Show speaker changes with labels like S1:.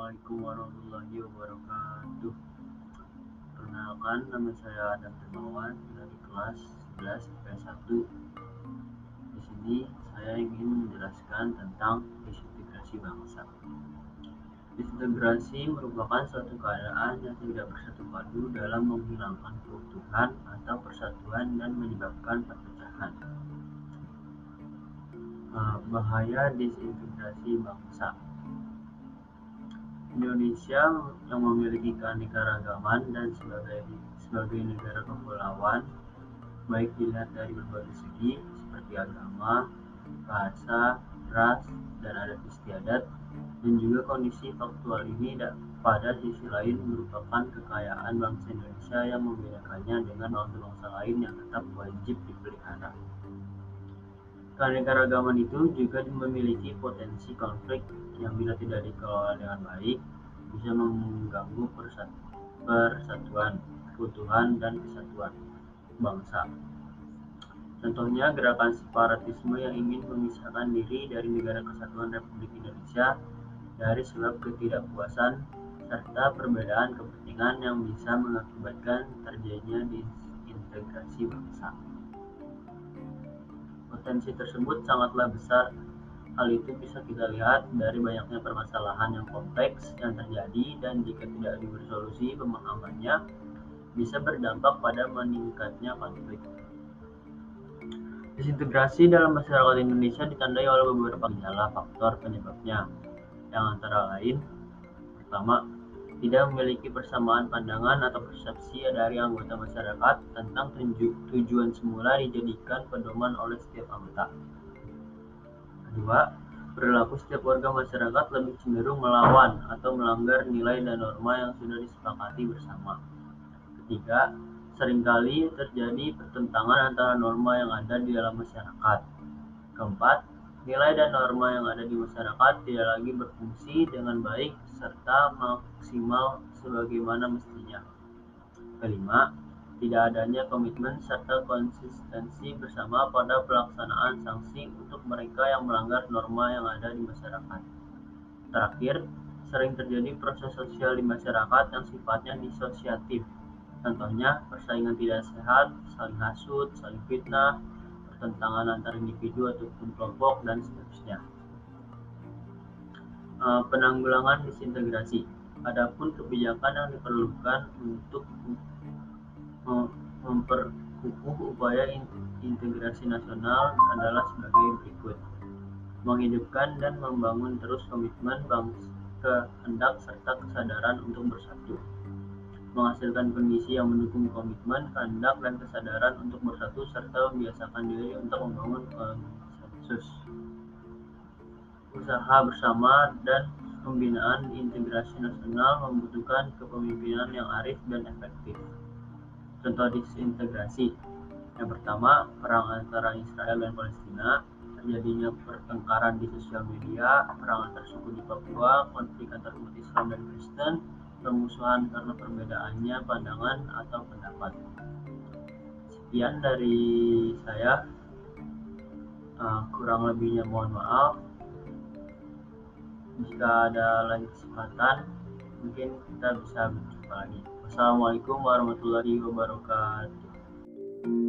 S1: Assalamualaikum warahmatullahi wabarakatuh. Perkenalkan, nama saya Adam Dermawan dari kelas 11 IPS 1. Di sini saya ingin menjelaskan tentang disintegrasi bangsa. Disintegrasi merupakan suatu keadaan yang tidak bersatu padu dalam menghilangkan keutuhan atau persatuan dan menyebabkan perpecahan. Bahaya disintegrasi bangsa. Indonesia yang memiliki keanekaragaman dan sebagai negara kepulauan, baik dilihat dari berbagai segi seperti agama, bahasa, ras, dan adat istiadat, dan juga kondisi faktual ini pada sisi lain merupakan kekayaan bangsa Indonesia yang membedakannya dengan bangsa-bangsa lain yang tetap wajib dipelihara. Keanekaragaman itu juga memiliki potensi konflik yang bila tidak dikelola dengan baik bisa mengganggu persatuan, keutuhan, dan kesatuan bangsa. Contohnya gerakan separatisme yang ingin memisahkan diri dari Negara Kesatuan Republik Indonesia dari sebab ketidakpuasan serta perbedaan kepentingan yang bisa mengakibatkan terjadinya disintegrasi bangsa. Potensi tersebut sangatlah besar. Hal itu bisa kita lihat dari banyaknya permasalahan yang kompleks yang terjadi dan jika tidak diberi solusi pemahamannya bisa berdampak pada meningkatnya konflik. Disintegrasi dalam masyarakat Indonesia ditandai oleh beberapa gejala faktor penyebabnya, yang antara lain: pertama, tidak memiliki persamaan pandangan atau persepsi dari anggota masyarakat tentang tujuan semula dijadikan pedoman oleh setiap anggota. Kedua, perilaku setiap warga masyarakat lebih cenderung melawan atau melanggar nilai dan norma yang sudah disepakati bersama. Ketiga, seringkali terjadi pertentangan antara norma yang ada di dalam masyarakat. Keempat, nilai dan norma yang ada di masyarakat tidak lagi berfungsi dengan baik serta maksimal sebagaimana mestinya. Kelima, tidak adanya komitmen serta konsistensi bersama pada pelaksanaan sanksi untuk mereka yang melanggar norma yang ada di masyarakat. Terakhir, sering terjadi proses sosial di masyarakat yang sifatnya disosiatif. Contohnya, persaingan tidak sehat, saling hasut, saling fitnah, pertentangan antar individu ataupun kelompok, dan seterusnya. Penanggulangan disintegrasi. Adapun kebijakan yang diperlukan untuk memperkukuh upaya integrasi nasional adalah sebagai berikut: menghidupkan dan membangun terus komitmen kehendak serta kesadaran untuk bersatu, menghasilkan kondisi yang mendukung komitmen, kehendak, dan kesadaran untuk bersatu serta membiasakan diri untuk membangun konsensus, usaha bersama, dan pembinaan integrasi nasional membutuhkan kepemimpinan yang arif dan efektif. Contoh disintegrasi. Yang pertama, perang antara Israel dan Palestina, terjadinya pertengkaran di sosial media, perang antar suku di Papua, konflik antar umat Islam dan Kristen, permusuhan karena perbedaannya pandangan atau pendapat. Sekian dari saya, kurang lebihnya mohon maaf. Jika ada lain kesempatan, mungkin kita bisa berjumpa lagi. Wassalamualaikum warahmatullahi wabarakatuh.